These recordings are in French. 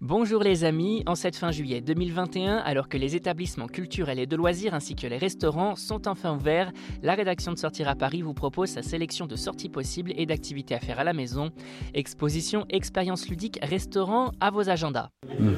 Bonjour les amis, en cette fin juillet 2021, alors que les établissements culturels et de loisirs ainsi que les restaurants sont enfin ouverts, la rédaction de Sortir à Paris vous propose sa sélection de sorties possibles et d'activités à faire à la maison. Exposition, expériences ludiques, restaurants, à vos agendas.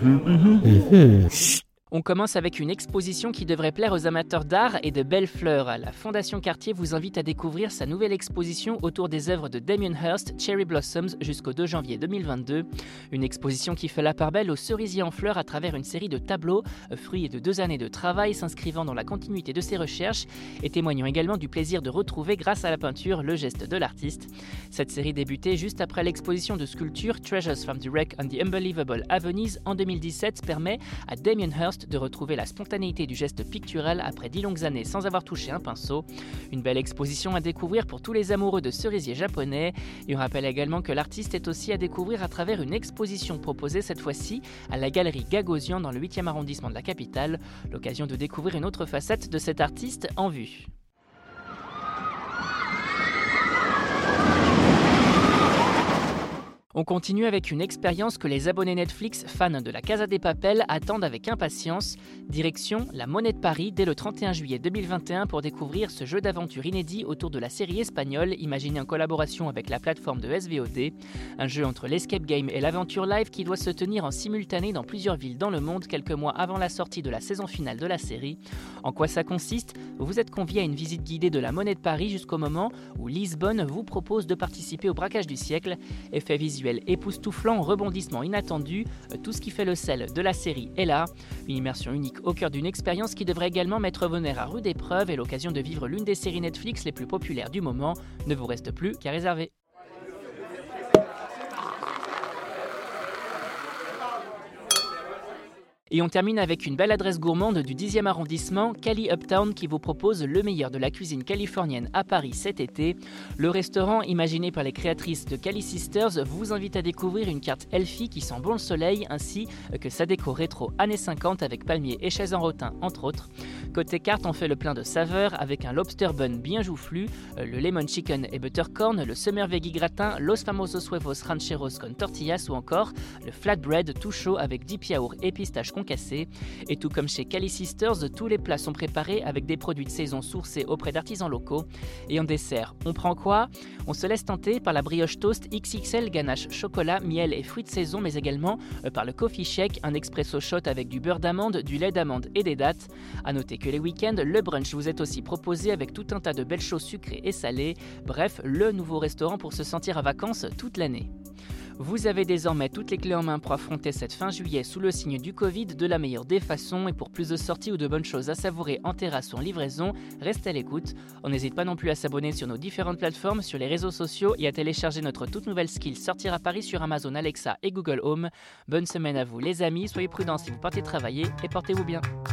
On commence avec une exposition qui devrait plaire aux amateurs d'art et de belles fleurs. La Fondation Cartier vous invite à découvrir sa nouvelle exposition autour des œuvres de Damien Hirst, Cherry Blossoms, jusqu'au 2 janvier 2022. Une exposition qui fait la part belle aux cerisiers en fleurs à travers une série de tableaux, fruits de 2 années de travail s'inscrivant dans la continuité de ses recherches et témoignant également du plaisir de retrouver grâce à la peinture le geste de l'artiste. Cette série débutait juste après l'exposition de sculpture Treasures from the Wreck on the Unbelievable à Venise en 2017 permet à Damien Hirst de retrouver la spontanéité du geste pictural après 10 longues années sans avoir touché un pinceau. Une belle exposition à découvrir pour tous les amoureux de cerisiers japonais. Et on rappelle également que l'artiste est aussi à découvrir à travers une exposition proposée cette fois-ci à la galerie Gagosian dans le 8e arrondissement de la capitale. L'occasion de découvrir une autre facette de cet artiste en vue. On continue avec une expérience que les abonnés Netflix fans de la Casa de Papel attendent avec impatience. Direction la Monnaie de Paris dès le 31 juillet 2021 pour découvrir ce jeu d'aventure inédit autour de la série espagnole imaginé en collaboration avec la plateforme de SVOD. Un jeu entre l'escape game et l'aventure live qui doit se tenir en simultané dans plusieurs villes dans le monde quelques mois avant la sortie de la saison finale de la série. En quoi ça consiste ? Vous êtes convié à une visite guidée de la Monnaie de Paris jusqu'au moment où Lisbonne vous propose de participer au braquage du siècle. Effet visuel époustouflant, rebondissement inattendu, tout ce qui fait le sel de la série est là. Une immersion unique au cœur d'une expérience qui devrait également mettre vos nerfs à rude épreuve et l'occasion de vivre l'une des séries Netflix les plus populaires du moment. Ne vous reste plus qu'à réserver. Et on termine avec une belle adresse gourmande du 10e arrondissement, Cali Uptown, qui vous propose le meilleur de la cuisine californienne à Paris cet été. Le restaurant, imaginé par les créatrices de Cali Sisters, vous invite à découvrir une carte Elfie qui sent bon le soleil, ainsi que sa déco rétro années 50 avec palmiers et chaises en rotin, entre autres. Côté carte, on fait le plein de saveurs avec un lobster bun bien joufflu, le lemon chicken et buttercorn, le summer veggie gratin, los famosos huevos rancheros con tortillas ou encore le flatbread tout chaud avec dip yaourt et pistache concassé. Et tout comme chez Cali Sisters, tous les plats sont préparés avec des produits de saison sourcés auprès d'artisans locaux. Et en dessert, on prend quoi ? On se laisse tenter par la brioche toast XXL ganache chocolat, miel et fruits de saison, mais également par le coffee shake, un expresso shot avec du beurre d'amande, du lait d'amande et des dattes. À noter que les week-ends, le brunch vous est aussi proposé avec tout un tas de belles choses sucrées et salées. Bref, le nouveau restaurant pour se sentir à vacances toute l'année. Vous avez désormais toutes les clés en main pour affronter cette fin juillet sous le signe du Covid de la meilleure des façons et pour plus de sorties ou de bonnes choses à savourer en terrasse ou en livraison, restez à l'écoute. On n'hésite pas non plus à s'abonner sur nos différentes plateformes, sur les réseaux sociaux et à télécharger notre toute nouvelle skill Sortir à Paris sur Amazon Alexa et Google Home. Bonne semaine à vous les amis, soyez prudents si vous partez travailler et portez-vous bien.